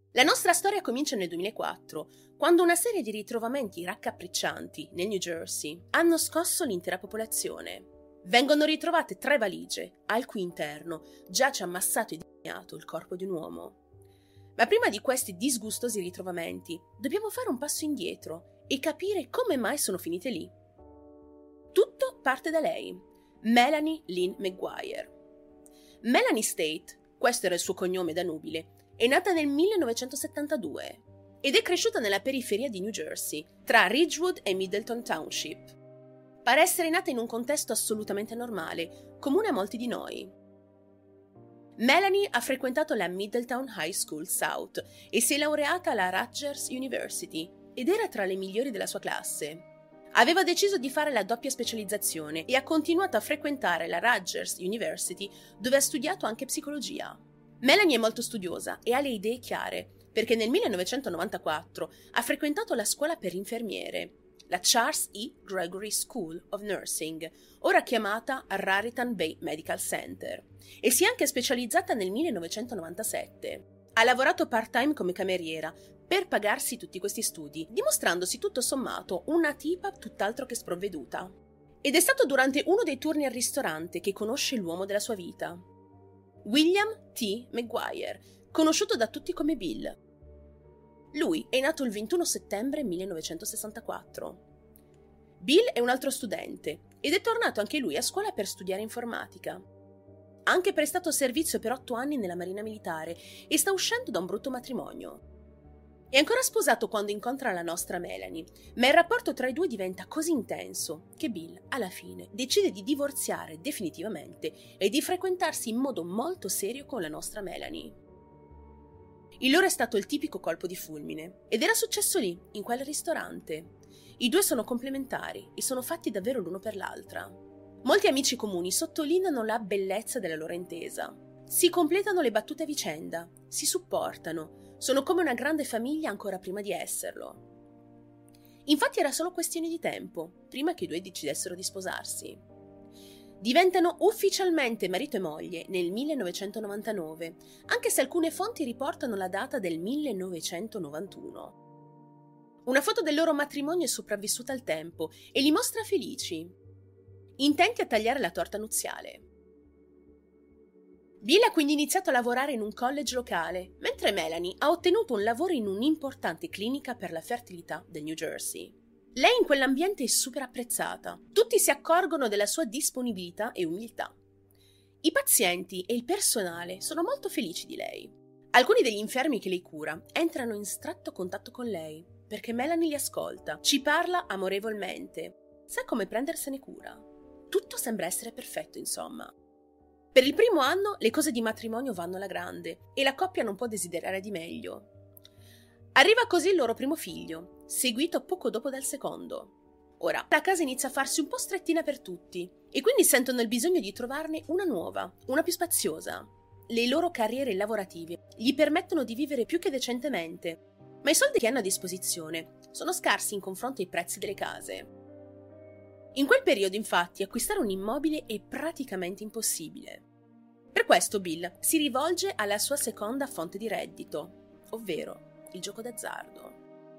La nostra storia comincia nel 2004, quando una serie di ritrovamenti raccapriccianti nel New Jersey hanno scosso l'intera popolazione. Vengono ritrovate 3 valigie, al cui interno giace ammassato e dilaniato il corpo di un uomo. Ma prima di questi disgustosi ritrovamenti, dobbiamo fare un passo indietro e capire come mai sono finite lì. Tutto parte da lei, Melanie Lynn Maguire. Melanie State, questo era il suo cognome da nubile, è nata nel 1972 ed è cresciuta nella periferia di New Jersey, tra Ridgewood e Middleton Township. Pare essere nata in un contesto assolutamente normale, comune a molti di noi. Melanie ha frequentato la Middletown High School South e si è laureata alla Rutgers University ed era tra le migliori della sua classe. Aveva deciso di fare la doppia specializzazione e ha continuato a frequentare la Rutgers University, dove ha studiato anche psicologia. Melanie è molto studiosa e ha le idee chiare, perché nel 1994 ha frequentato la scuola per infermiere, la Charles E. Gregory School of Nursing, ora chiamata Raritan Bay Medical Center, e si è anche specializzata nel 1997. Ha lavorato part-time come cameriera per pagarsi tutti questi studi, dimostrandosi tutto sommato una tipa tutt'altro che sprovveduta. Ed è stato durante uno dei turni al ristorante che conosce l'uomo della sua vita, William T. Maguire, conosciuto da tutti come Bill. Lui è nato il 21 settembre 1964. Bill è un altro studente ed è tornato anche lui a scuola per studiare informatica. Ha anche prestato servizio per 8 anni nella Marina Militare e sta uscendo da un brutto matrimonio. È ancora sposato quando incontra la nostra Melanie, ma il rapporto tra i due diventa così intenso che Bill, alla fine, decide di divorziare definitivamente e di frequentarsi in modo molto serio con la nostra Melanie. Il loro è stato il tipico colpo di fulmine, ed era successo lì, in quel ristorante. I due sono complementari e sono fatti davvero l'uno per l'altra. Molti amici comuni sottolineano la bellezza della loro intesa. Si completano le battute a vicenda, si supportano, sono come una grande famiglia ancora prima di esserlo. Infatti era solo questione di tempo, prima che i due decidessero di sposarsi. Diventano ufficialmente marito e moglie nel 1999, anche se alcune fonti riportano la data del 1991. Una foto del loro matrimonio è sopravvissuta al tempo e li mostra felici, intenti a tagliare la torta nuziale. Bill ha quindi iniziato a lavorare in un college locale, mentre Melanie ha ottenuto un lavoro in un'importante clinica per la fertilità del New Jersey. Lei in quell'ambiente è super apprezzata. Tutti si accorgono della sua disponibilità e umiltà. I pazienti e il personale sono molto felici di lei. Alcuni degli infermi che lei cura entrano in stretto contatto con lei, perché Melanie li ascolta, ci parla amorevolmente, sa come prendersene cura. Tutto sembra essere perfetto, insomma. Per il primo anno le cose di matrimonio vanno alla grande e la coppia non può desiderare di meglio. Arriva così il loro primo figlio, seguito poco dopo dal secondo. Ora, la casa inizia a farsi un po' strettina per tutti e quindi sentono il bisogno di trovarne una nuova, una più spaziosa. Le loro carriere lavorative gli permettono di vivere più che decentemente, ma i soldi che hanno a disposizione sono scarsi in confronto ai prezzi delle case. In quel periodo, infatti, acquistare un immobile è praticamente impossibile. Per questo Bill si rivolge alla sua seconda fonte di reddito, ovvero il gioco d'azzardo.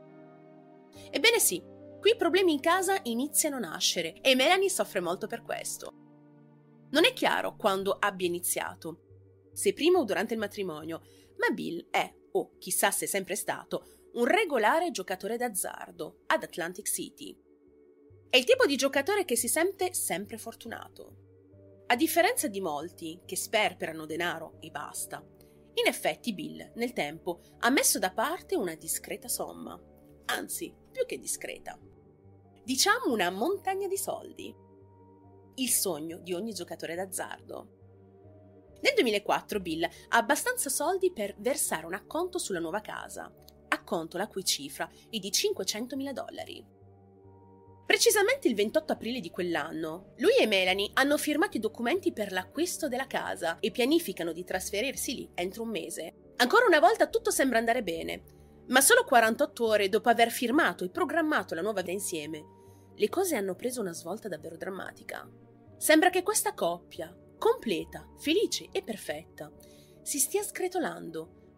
Ebbene sì, qui i problemi in casa iniziano a nascere e Melanie soffre molto per questo. Non è chiaro quando abbia iniziato, se prima o durante il matrimonio, ma Bill è, o chissà se è sempre stato, un regolare giocatore d'azzardo ad Atlantic City. È il tipo di giocatore che si sente sempre fortunato. A differenza di molti che sperperano denaro e basta, in effetti Bill, nel tempo, ha messo da parte una discreta somma. Anzi, più che discreta. Diciamo una montagna di soldi. Il sogno di ogni giocatore d'azzardo. Nel 2004 Bill ha abbastanza soldi per versare un acconto sulla nuova casa, acconto la cui cifra è di $500.000. Precisamente il 28 aprile di quell'anno, lui e Melanie hanno firmato i documenti per l'acquisto della casa e pianificano di trasferirsi lì entro un mese. Ancora una volta tutto sembra andare bene, ma solo 48 ore dopo aver firmato e programmato la nuova vita insieme, le cose hanno preso una svolta davvero drammatica. Sembra che questa coppia, completa, felice e perfetta, si stia sgretolando,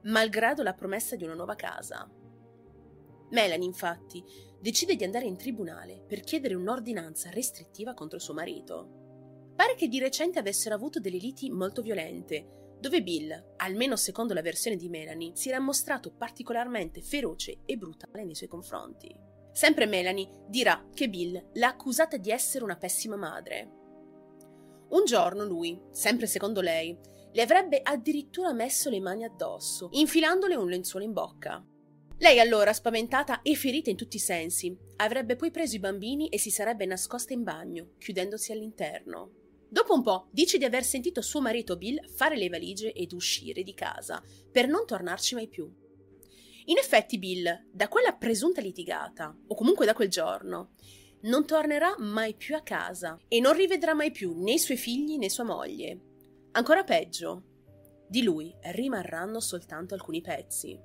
malgrado la promessa di una nuova casa. Melanie, infatti, decide di andare in tribunale per chiedere un'ordinanza restrittiva contro suo marito. Pare che di recente avessero avuto delle liti molto violente, dove Bill, almeno secondo la versione di Melanie, si era mostrato particolarmente feroce e brutale nei suoi confronti. Sempre Melanie dirà che Bill l'ha accusata di essere una pessima madre. Un giorno lui, sempre secondo lei, le avrebbe addirittura messo le mani addosso, infilandole un lenzuolo in bocca. Lei allora, spaventata e ferita in tutti i sensi, avrebbe poi preso i bambini e si sarebbe nascosta in bagno, chiudendosi all'interno. Dopo un po' dice di aver sentito suo marito Bill fare le valigie ed uscire di casa, per non tornarci mai più. In effetti Bill, da quella presunta litigata, o comunque da quel giorno, non tornerà mai più a casa e non rivedrà mai più né i suoi figli né sua moglie. Ancora peggio, di lui rimarranno soltanto alcuni pezzi.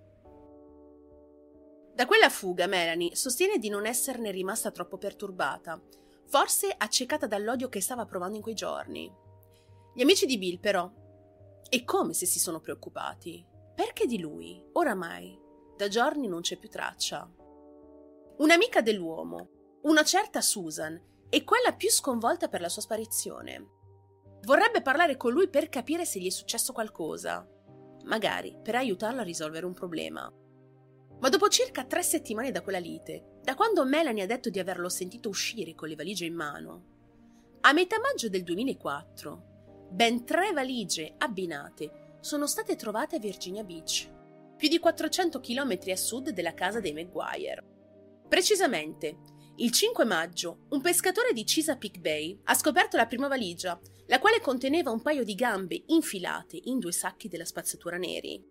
Da quella fuga Melanie sostiene di non esserne rimasta troppo perturbata, forse accecata dall'odio che stava provando in quei giorni. Gli amici di Bill, però, è come se si sono preoccupati. Perché di lui, oramai, da giorni non c'è più traccia. Un'amica dell'uomo, una certa Susan, è quella più sconvolta per la sua sparizione. Vorrebbe parlare con lui per capire se gli è successo qualcosa, magari per aiutarlo a risolvere un problema. Ma dopo circa 3 settimane da quella lite, da quando Melanie ha detto di averlo sentito uscire con le valigie in mano, a metà maggio del 2004, ben 3 valigie abbinate sono state trovate a Virginia Beach, più di 400 km a sud della casa dei Maguire. Precisamente, il 5 maggio, un pescatore di Chesapeake Bay ha scoperto la prima valigia, la quale conteneva un paio di gambe infilate in 2 sacchi della spazzatura neri.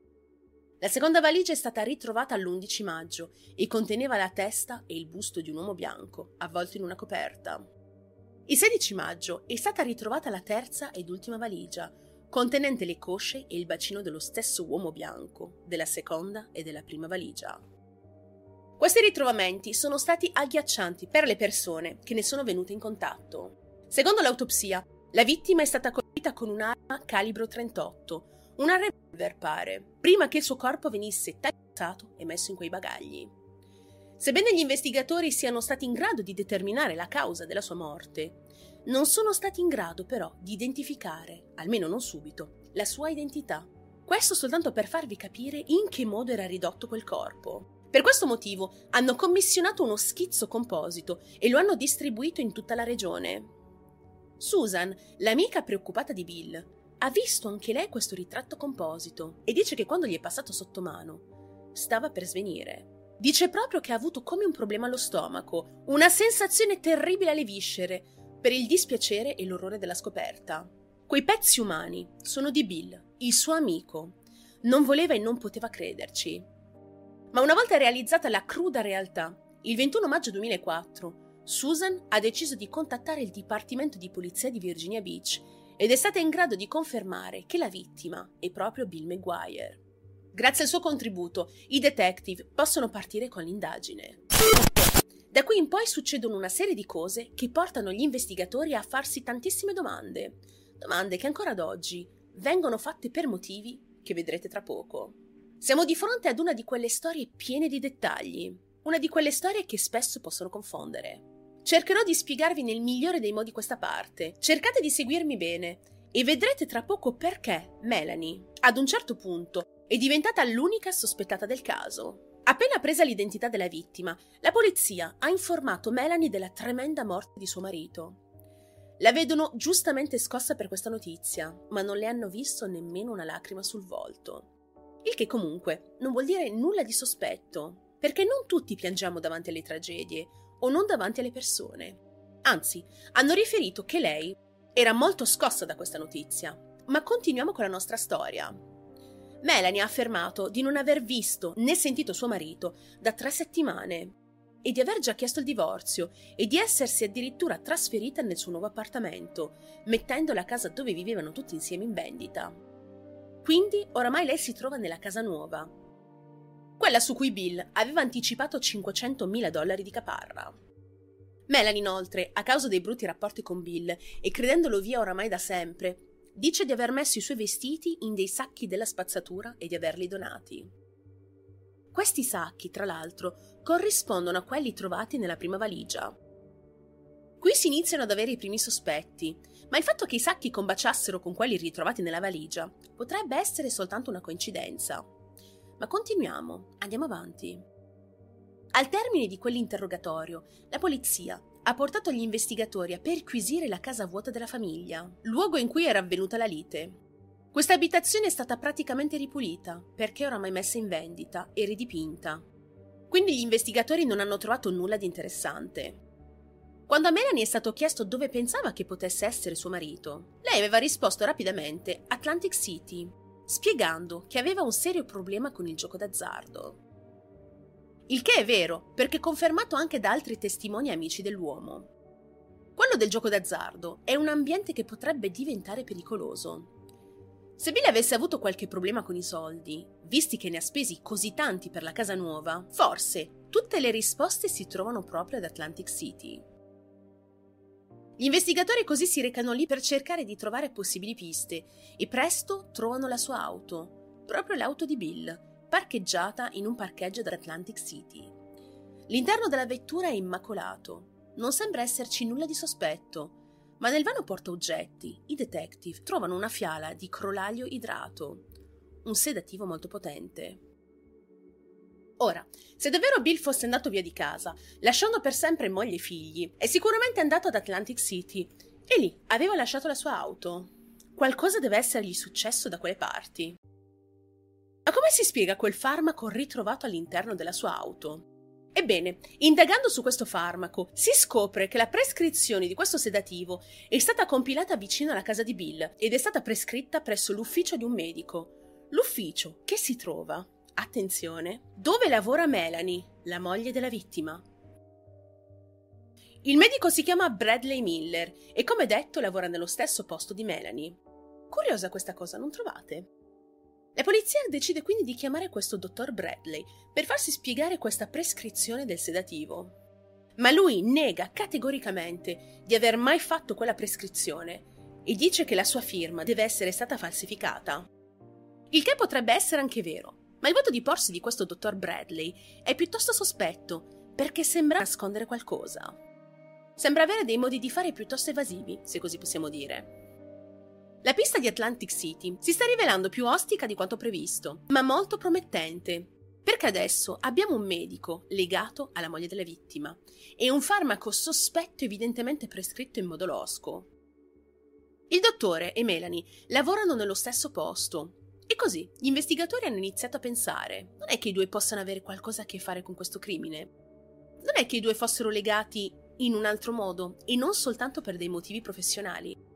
La seconda valigia è stata ritrovata l'11 maggio e conteneva la testa e il busto di un uomo bianco, avvolto in una coperta. Il 16 maggio è stata ritrovata la terza ed ultima valigia, contenente le cosce e il bacino dello stesso uomo bianco, della seconda e della prima valigia. Questi ritrovamenti sono stati agghiaccianti per le persone che ne sono venute in contatto. Secondo l'autopsia, la vittima è stata colpita con un'arma calibro 38, una revolver pare, prima che il suo corpo venisse tagliato e messo in quei bagagli. Sebbene gli investigatori siano stati in grado di determinare la causa della sua morte, non sono stati in grado però di identificare, almeno non subito, la sua identità. Questo soltanto per farvi capire in che modo era ridotto quel corpo. Per questo motivo hanno commissionato uno schizzo composito e lo hanno distribuito in tutta la regione. Susan, l'amica preoccupata di Bill, ha visto anche lei questo ritratto composito e dice che quando gli è passato sotto mano stava per svenire. Dice proprio che ha avuto come un problema allo stomaco, una sensazione terribile alle viscere per il dispiacere e l'orrore della scoperta. Quei pezzi umani sono di Bill, il suo amico. Non voleva e non poteva crederci. Ma una volta realizzata la cruda realtà, il 21 maggio 2004, Susan ha deciso di contattare il Dipartimento di Polizia di Virginia Beach ed è stata in grado di confermare che la vittima è proprio Bill Maguire. Grazie al suo contributo, i detective possono partire con l'indagine. Da qui in poi succedono una serie di cose che portano gli investigatori a farsi tantissime domande. Domande che ancora ad oggi vengono fatte per motivi che vedrete tra poco. Siamo di fronte ad una di quelle storie piene di dettagli, una di quelle storie che spesso possono confondere. Cercherò di spiegarvi nel migliore dei modi questa parte. Cercate di seguirmi bene e vedrete tra poco perché Melanie, ad un certo punto, è diventata l'unica sospettata del caso. Appena presa l'identità della vittima, la polizia ha informato Melanie della tremenda morte di suo marito. La vedono giustamente scossa per questa notizia, ma non le hanno visto nemmeno una lacrima sul volto. Il che comunque non vuol dire nulla di sospetto, perché non tutti piangiamo davanti alle tragedie o non davanti alle persone. Anzi, hanno riferito che lei era molto scossa da questa notizia. Ma continuiamo con la nostra storia. Melanie ha affermato di non aver visto né sentito suo marito da 3 settimane e di aver già chiesto il divorzio e di essersi addirittura trasferita nel suo nuovo appartamento, mettendo la casa dove vivevano tutti insieme in vendita. Quindi oramai lei si trova nella casa nuova, quella su cui Bill aveva anticipato $500.000 di caparra. Melanie, inoltre, a causa dei brutti rapporti con Bill e credendolo via oramai da sempre, dice di aver messo i suoi vestiti in dei sacchi della spazzatura e di averli donati. Questi sacchi, tra l'altro, corrispondono a quelli trovati nella prima valigia. Qui si iniziano ad avere i primi sospetti, ma il fatto che i sacchi combaciassero con quelli ritrovati nella valigia potrebbe essere soltanto una coincidenza. Ma continuiamo, andiamo avanti. Al termine di quell'interrogatorio, la polizia ha portato gli investigatori a perquisire la casa vuota della famiglia, luogo in cui era avvenuta la lite. Questa abitazione è stata praticamente ripulita, perché oramai messa in vendita e ridipinta. Quindi gli investigatori non hanno trovato nulla di interessante. Quando a Melanie è stato chiesto dove pensava che potesse essere suo marito, lei aveva risposto rapidamente Atlantic City, spiegando che aveva un serio problema con il gioco d'azzardo. Il che è vero, perché confermato anche da altri testimoni e amici dell'uomo. Quello del gioco d'azzardo è un ambiente che potrebbe diventare pericoloso. Se Bill avesse avuto qualche problema con i soldi, visti che ne ha spesi così tanti per la casa nuova, forse tutte le risposte si trovano proprio ad Atlantic City. Gli investigatori così si recano lì per cercare di trovare possibili piste e presto trovano la sua auto, proprio l'auto di Bill, parcheggiata in un parcheggio dell'Atlantic City. L'interno della vettura è immacolato, non sembra esserci nulla di sospetto, ma nel vano portaoggetti i detective trovano una fiala di crollalio idrato, un sedativo molto potente. Ora, se davvero Bill fosse andato via di casa, lasciando per sempre moglie e figli, è sicuramente andato ad Atlantic City e lì aveva lasciato la sua auto. Qualcosa deve essergli successo da quelle parti. Ma come si spiega quel farmaco ritrovato all'interno della sua auto? Ebbene, indagando su questo farmaco, si scopre che la prescrizione di questo sedativo è stata compilata vicino alla casa di Bill ed è stata prescritta presso l'ufficio di un medico. L'ufficio che si trova, attenzione, dove lavora Melanie, la moglie della vittima. Il medico si chiama Bradley Miller e, come detto, lavora nello stesso posto di Melanie. Curiosa questa cosa, non trovate? La polizia decide quindi di chiamare questo dottor Bradley per farsi spiegare questa prescrizione del sedativo. Ma lui nega categoricamente di aver mai fatto quella prescrizione e dice che la sua firma deve essere stata falsificata. Il che potrebbe essere anche vero, ma il modo di porsi di questo dottor Bradley è piuttosto sospetto, perché sembra nascondere qualcosa. Sembra avere dei modi di fare piuttosto evasivi, se così possiamo dire. La pista di Atlantic City si sta rivelando più ostica di quanto previsto, ma molto promettente, perché adesso abbiamo un medico legato alla moglie della vittima e un farmaco sospetto evidentemente prescritto in modo losco. Il dottore e Melanie lavorano nello stesso posto e così gli investigatori hanno iniziato a pensare: non è che i due possano avere qualcosa a che fare con questo crimine? Non è che i due fossero legati in un altro modo e non soltanto per dei motivi professionali?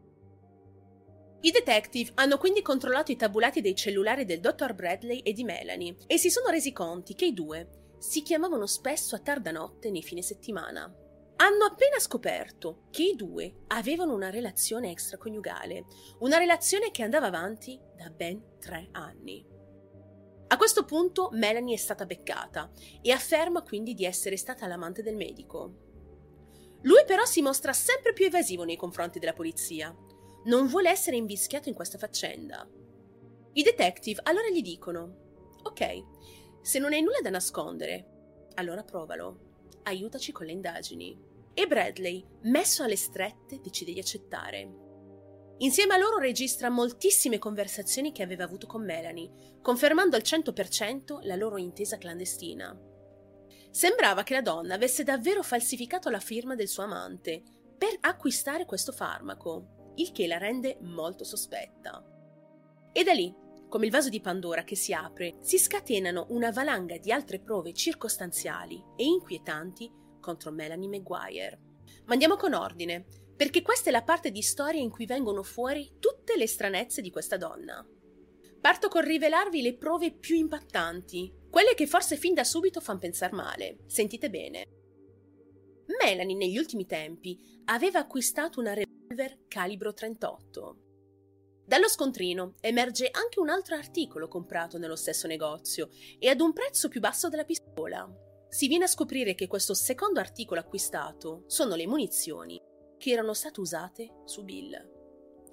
I detective hanno quindi controllato i tabulati dei cellulari del dottor Bradley e di Melanie e si sono resi conti che i due si chiamavano spesso a tarda notte nei fine settimana. Hanno appena scoperto che i due avevano una relazione extraconiugale, una relazione che andava avanti da ben 3 anni. A questo punto Melanie è stata beccata e afferma quindi di essere stata l'amante del medico. Lui però si mostra sempre più evasivo nei confronti della polizia. Non vuole essere invischiato in questa faccenda. I detective allora gli dicono: ok, se non hai nulla da nascondere, allora provalo, aiutaci con le indagini. E Bradley, messo alle strette, decide di accettare. Insieme a loro registra moltissime conversazioni che aveva avuto con Melanie, confermando al 100% la loro intesa clandestina. Sembrava che la donna avesse davvero falsificato la firma del suo amante per acquistare questo farmaco, il che la rende molto sospetta. E da lì, come il vaso di Pandora che si apre, si scatenano una valanga di altre prove circostanziali e inquietanti contro Melanie Maguire. Ma andiamo con ordine, perché questa è la parte di storia in cui vengono fuori tutte le stranezze di questa donna. Parto col rivelarvi le prove più impattanti, quelle che forse fin da subito fanno pensare male. Sentite bene. Melanie negli ultimi tempi aveva acquistato una revolver calibro 38. Dallo scontrino emerge anche un altro articolo comprato nello stesso negozio e ad un prezzo più basso della pistola. Si viene a scoprire che questo secondo articolo acquistato sono le munizioni che erano state usate su Bill.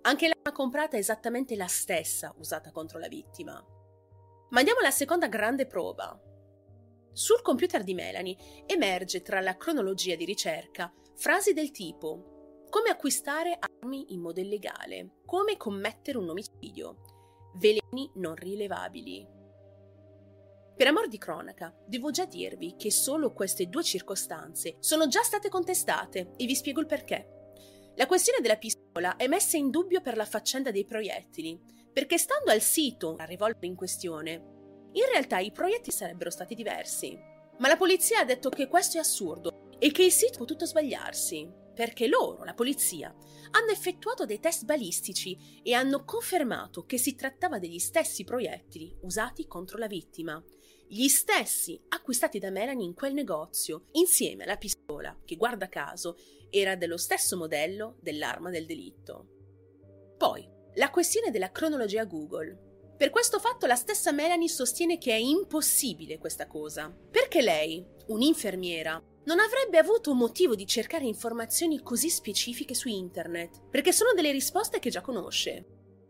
Anche l'arma comprata è esattamente la stessa usata contro la vittima. Ma andiamo alla seconda grande prova. Sul computer di Melanie emerge tra la cronologia di ricerca frasi del tipo: come acquistare armi in modo illegale, come commettere un omicidio, veleni non rilevabili. Per amor di cronaca, devo già dirvi che solo queste 2 circostanze sono già state contestate e vi spiego il perché. La questione della pistola è messa in dubbio per la faccenda dei proiettili, perché stando al sito al revolver in questione, in realtà i proiettili sarebbero stati diversi. Ma la polizia ha detto che questo è assurdo e che il sito ha potuto sbagliarsi, perché loro, la polizia, hanno effettuato dei test balistici e hanno confermato che si trattava degli stessi proiettili usati contro la vittima, gli stessi acquistati da Melanie in quel negozio, insieme alla pistola, che guarda caso era dello stesso modello dell'arma del delitto. Poi, la questione della cronologia Google. Per questo fatto la stessa Melanie sostiene che è impossibile questa cosa, perché lei, un'infermiera, non avrebbe avuto motivo di cercare informazioni così specifiche su internet, perché sono delle risposte che già conosce.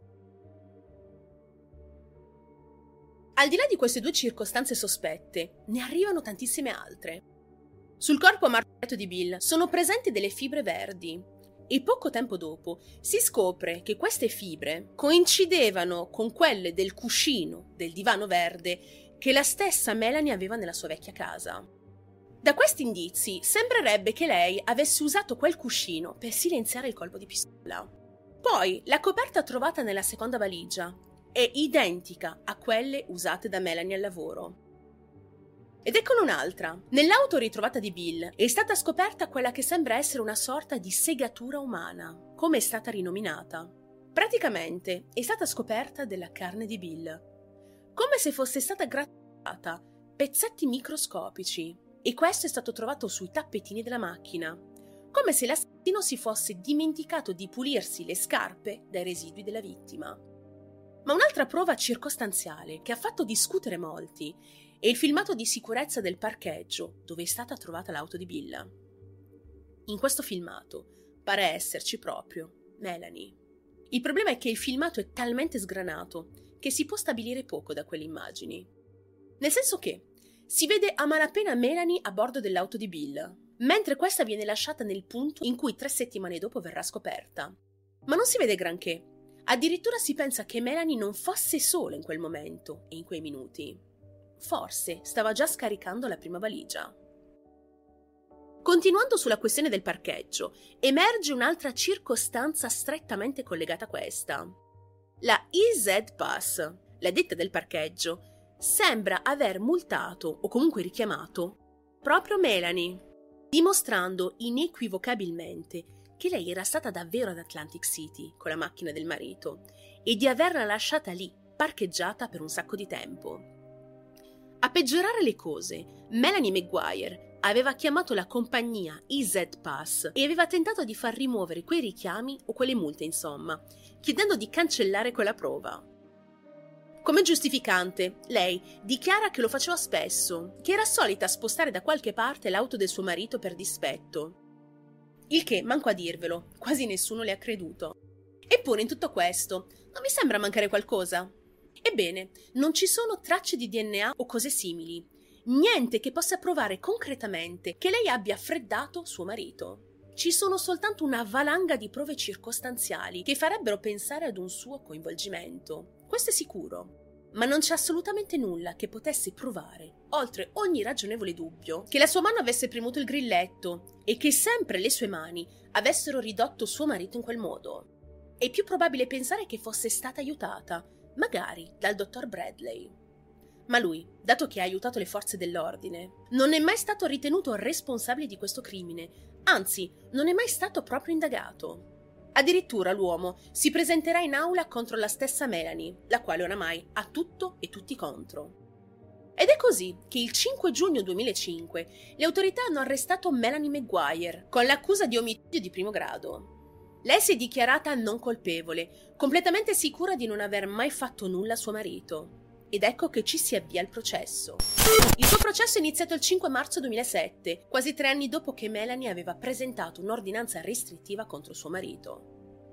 Al di là di queste 2 circostanze sospette, ne arrivano tantissime altre. Sul corpo martoriato di Bill sono presenti delle fibre verdi e poco tempo dopo si scopre che queste fibre coincidevano con quelle del cuscino del divano verde che la stessa Melanie aveva nella sua vecchia casa. Da questi indizi sembrerebbe che lei avesse usato quel cuscino per silenziare il colpo di pistola. Poi la coperta trovata nella seconda valigia è identica a quelle usate da Melanie al lavoro. Ed eccone un'altra. Nell'auto ritrovata di Bill è stata scoperta quella che sembra essere una sorta di segatura umana, come è stata rinominata. Praticamente è stata scoperta della carne di Bill, come se fosse stata grattata, pezzetti microscopici, e questo è stato trovato sui tappetini della macchina, come se l'assassino si fosse dimenticato di pulirsi le scarpe dai residui della vittima. Ma un'altra prova circostanziale che ha fatto discutere molti è il filmato di sicurezza del parcheggio dove è stata trovata l'auto di Bill. In questo filmato pare esserci proprio Melanie. Il problema è che il filmato è talmente sgranato che si può stabilire poco da quelle immagini. Nel senso che si vede a malapena Melanie a bordo dell'auto di Bill, mentre questa viene lasciata nel punto in cui 3 settimane dopo verrà scoperta. Ma non si vede granché. Addirittura si pensa che Melanie non fosse sola in quel momento e in quei minuti. Forse stava già scaricando la prima valigia. Continuando sulla questione del parcheggio, emerge un'altra circostanza strettamente collegata a questa. La EZ Pass, la ditta del parcheggio, sembra aver multato o comunque richiamato proprio Melanie, dimostrando inequivocabilmente che lei era stata davvero ad Atlantic City con la macchina del marito e di averla lasciata lì, parcheggiata per un sacco di tempo. A peggiorare le cose, Melanie Maguire aveva chiamato la compagnia EZ Pass e aveva tentato di far rimuovere quei richiami o quelle multe, insomma, chiedendo di cancellare quella prova. Come giustificante, lei dichiara che lo faceva spesso, che era solita spostare da qualche parte l'auto del suo marito per dispetto. Il che, manco a dirvelo, quasi nessuno le ha creduto. Eppure in tutto questo, non vi sembra mancare qualcosa? Ebbene, non ci sono tracce di DNA o cose simili, niente che possa provare concretamente che lei abbia freddato suo marito. Ci sono soltanto una valanga di prove circostanziali che farebbero pensare ad un suo coinvolgimento. Questo è sicuro. Ma non c'è assolutamente nulla che potesse provare, oltre ogni ragionevole dubbio, che la sua mano avesse premuto il grilletto e che sempre le sue mani avessero ridotto suo marito in quel modo. È più probabile pensare che fosse stata aiutata, magari dal dottor Bradley. Ma lui, dato che ha aiutato le forze dell'ordine, non è mai stato ritenuto responsabile di questo crimine, anzi, non è mai stato proprio indagato. Addirittura l'uomo si presenterà in aula contro la stessa Melanie, la quale oramai ha tutto e tutti contro. Ed è così che il 5 giugno 2005 le autorità hanno arrestato Melanie Maguire con l'accusa di omicidio di primo grado. Lei si è dichiarata non colpevole, completamente sicura di non aver mai fatto nulla a suo marito. Ed ecco che ci si avvia il processo. Il suo processo è iniziato il 5 marzo 2007, quasi 3 anni dopo che Melanie aveva presentato un'ordinanza restrittiva contro suo marito.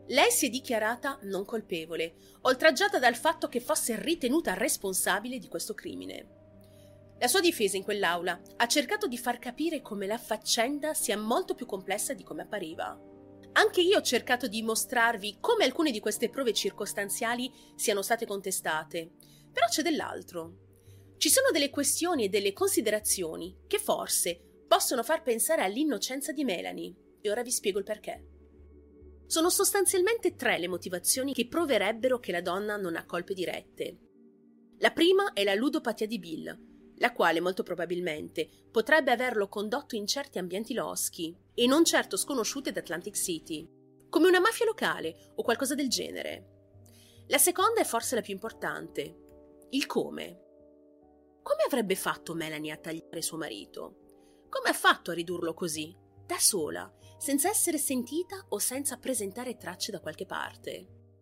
Lei si è dichiarata non colpevole, oltraggiata dal fatto che fosse ritenuta responsabile di questo crimine. La sua difesa in quell'aula ha cercato di far capire come la faccenda sia molto più complessa di come appariva. Anche io ho cercato di mostrarvi come alcune di queste prove circostanziali siano state contestate, però c'è dell'altro. Ci sono delle questioni e delle considerazioni che forse possono far pensare all'innocenza di Melanie, e ora vi spiego il perché. Sono sostanzialmente 3 le motivazioni che proverebbero che la donna non ha colpe dirette. La prima è la ludopatia di Bill, la quale molto probabilmente potrebbe averlo condotto in certi ambienti loschi e non certo sconosciuti ad Atlantic City, come una mafia locale o qualcosa del genere. La seconda è forse la più importante: il come. Come avrebbe fatto Melanie a tagliare suo marito? Come ha fatto a ridurlo così, da sola, senza essere sentita o senza presentare tracce da qualche parte?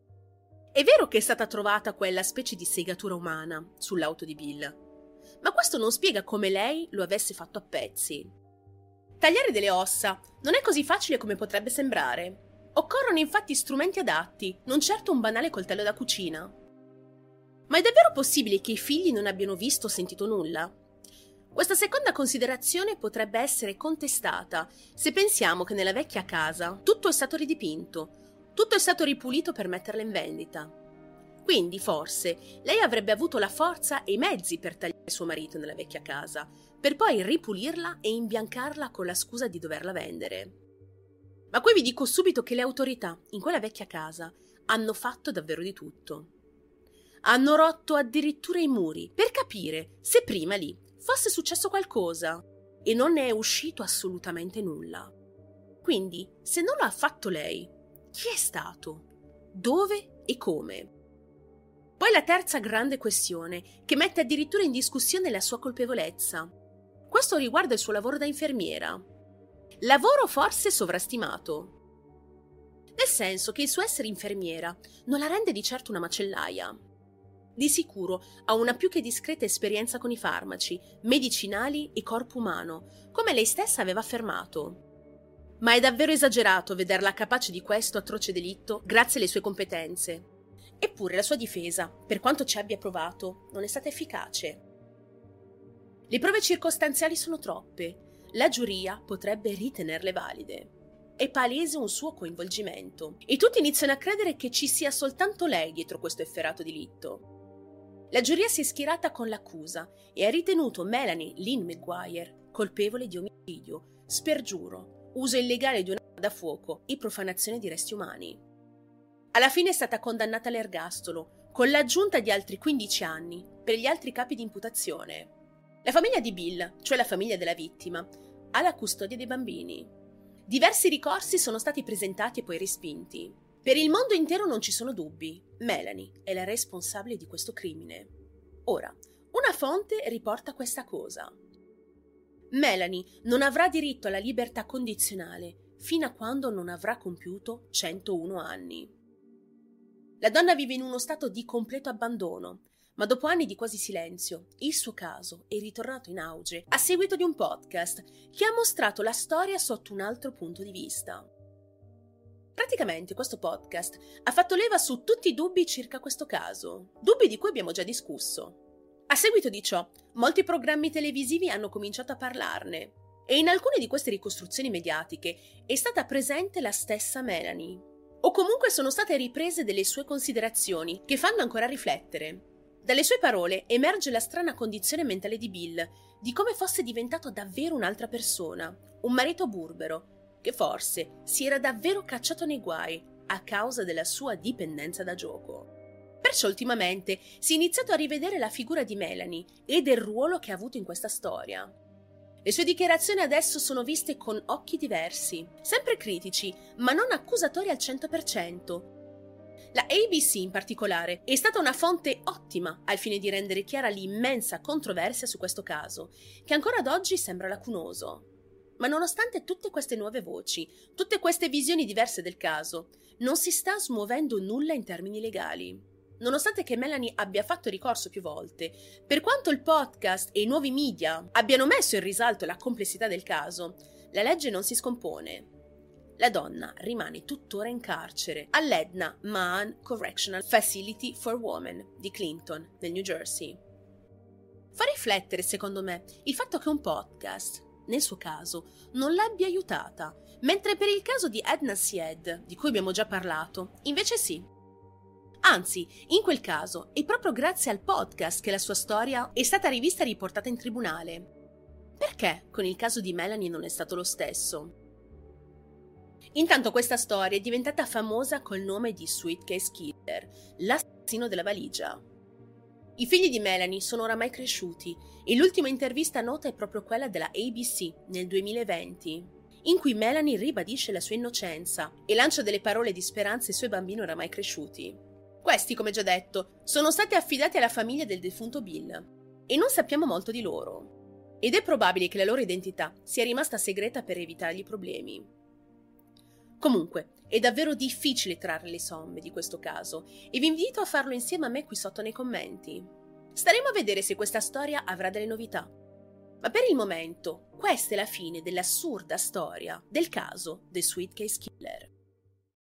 È vero che è stata trovata quella specie di segatura umana sull'auto di Bill, ma questo non spiega come lei lo avesse fatto a pezzi. Tagliare delle ossa non è così facile come potrebbe sembrare. Occorrono infatti strumenti adatti, non certo un banale coltello da cucina. Ma è davvero possibile che i figli non abbiano visto o sentito nulla? Questa seconda considerazione potrebbe essere contestata se pensiamo che nella vecchia casa tutto è stato ridipinto, tutto è stato ripulito per metterla in vendita. Quindi, forse, lei avrebbe avuto la forza e i mezzi per tagliare suo marito nella vecchia casa, per poi ripulirla e imbiancarla con la scusa di doverla vendere. Ma qui vi dico subito che le autorità, in quella vecchia casa, hanno fatto davvero di tutto. Hanno rotto addirittura i muri per capire se prima lì fosse successo qualcosa, e non ne è uscito assolutamente nulla. Quindi, se non lo ha fatto lei, chi è stato? Dove e come? Poi la terza grande questione, che mette addirittura in discussione la sua colpevolezza. Questo riguarda il suo lavoro da infermiera. Lavoro forse sovrastimato. Nel senso che il suo essere infermiera non la rende di certo una macellaia. Di sicuro ha una più che discreta esperienza con i farmaci, medicinali e corpo umano, come lei stessa aveva affermato. Ma è davvero esagerato vederla capace di questo atroce delitto grazie alle sue competenze. Eppure la sua difesa, per quanto ci abbia provato, non è stata efficace. Le prove circostanziali sono troppe. La giuria potrebbe ritenerle valide. È palese un suo coinvolgimento e tutti iniziano a credere che ci sia soltanto lei dietro questo efferato delitto. La giuria si è schierata con l'accusa e ha ritenuto Melanie Lynn Maguire colpevole di omicidio, spergiuro, uso illegale di un'arma da fuoco e profanazione di resti umani. Alla fine è stata condannata all'ergastolo, con l'aggiunta di altri 15 anni per gli altri capi di imputazione. La famiglia di Bill, cioè la famiglia della vittima, ha la custodia dei bambini. Diversi ricorsi sono stati presentati e poi respinti. Per il mondo intero non ci sono dubbi. Melanie è la responsabile di questo crimine. Ora, una fonte riporta questa cosa. Melanie non avrà diritto alla libertà condizionale fino a quando non avrà compiuto 101 anni. La donna vive in uno stato di completo abbandono, ma dopo anni di quasi silenzio, il suo caso è ritornato in auge a seguito di un podcast che ha mostrato la storia sotto un altro punto di vista. Praticamente questo podcast ha fatto leva su tutti i dubbi circa questo caso, dubbi di cui abbiamo già discusso. A seguito di ciò, molti programmi televisivi hanno cominciato a parlarne, e in alcune di queste ricostruzioni mediatiche è stata presente la stessa Melanie. O comunque sono state riprese delle sue considerazioni che fanno ancora riflettere. Dalle sue parole emerge la strana condizione mentale di Bill, di come fosse diventato davvero un'altra persona, un marito burbero, che forse si era davvero cacciato nei guai a causa della sua dipendenza da gioco. Perciò ultimamente si è iniziato a rivedere la figura di Melanie e del ruolo che ha avuto in questa storia. Le sue dichiarazioni adesso sono viste con occhi diversi, sempre critici, ma non accusatori al 100%. La ABC in particolare è stata una fonte ottima al fine di rendere chiara l'immensa controversia su questo caso, che ancora ad oggi sembra lacunoso. Ma nonostante tutte queste nuove voci, tutte queste visioni diverse del caso, non si sta smuovendo nulla in termini legali. Nonostante che Melanie abbia fatto ricorso più volte, per quanto il podcast e i nuovi media abbiano messo in risalto la complessità del caso, la legge non si scompone. La donna rimane tuttora in carcere all'Edna Mahan Correctional Facility for Women di Clinton, nel New Jersey. Fa riflettere, secondo me, il fatto che un podcast, nel suo caso, non l'abbia aiutata, mentre per il caso di Edna Syed, di cui abbiamo già parlato, invece sì. Anzi, in quel caso è proprio grazie al podcast che la sua storia è stata rivista e riportata in tribunale. Perché con il caso di Melanie non è stato lo stesso? Intanto questa storia è diventata famosa col nome di Suitcase Killer, l'assassino della valigia. I figli di Melanie sono oramai cresciuti e l'ultima intervista nota è proprio quella della ABC nel 2020, in cui Melanie ribadisce la sua innocenza e lancia delle parole di speranza ai suoi bambini oramai cresciuti. Questi, come già detto, sono stati affidati alla famiglia del defunto Bill e non sappiamo molto di loro. Ed è probabile che la loro identità sia rimasta segreta per evitargli problemi. Comunque, è davvero difficile trarre le somme di questo caso e vi invito a farlo insieme a me qui sotto nei commenti. Staremo a vedere se questa storia avrà delle novità. Ma per il momento, questa è la fine dell'assurda storia del caso The Suitcase Killer.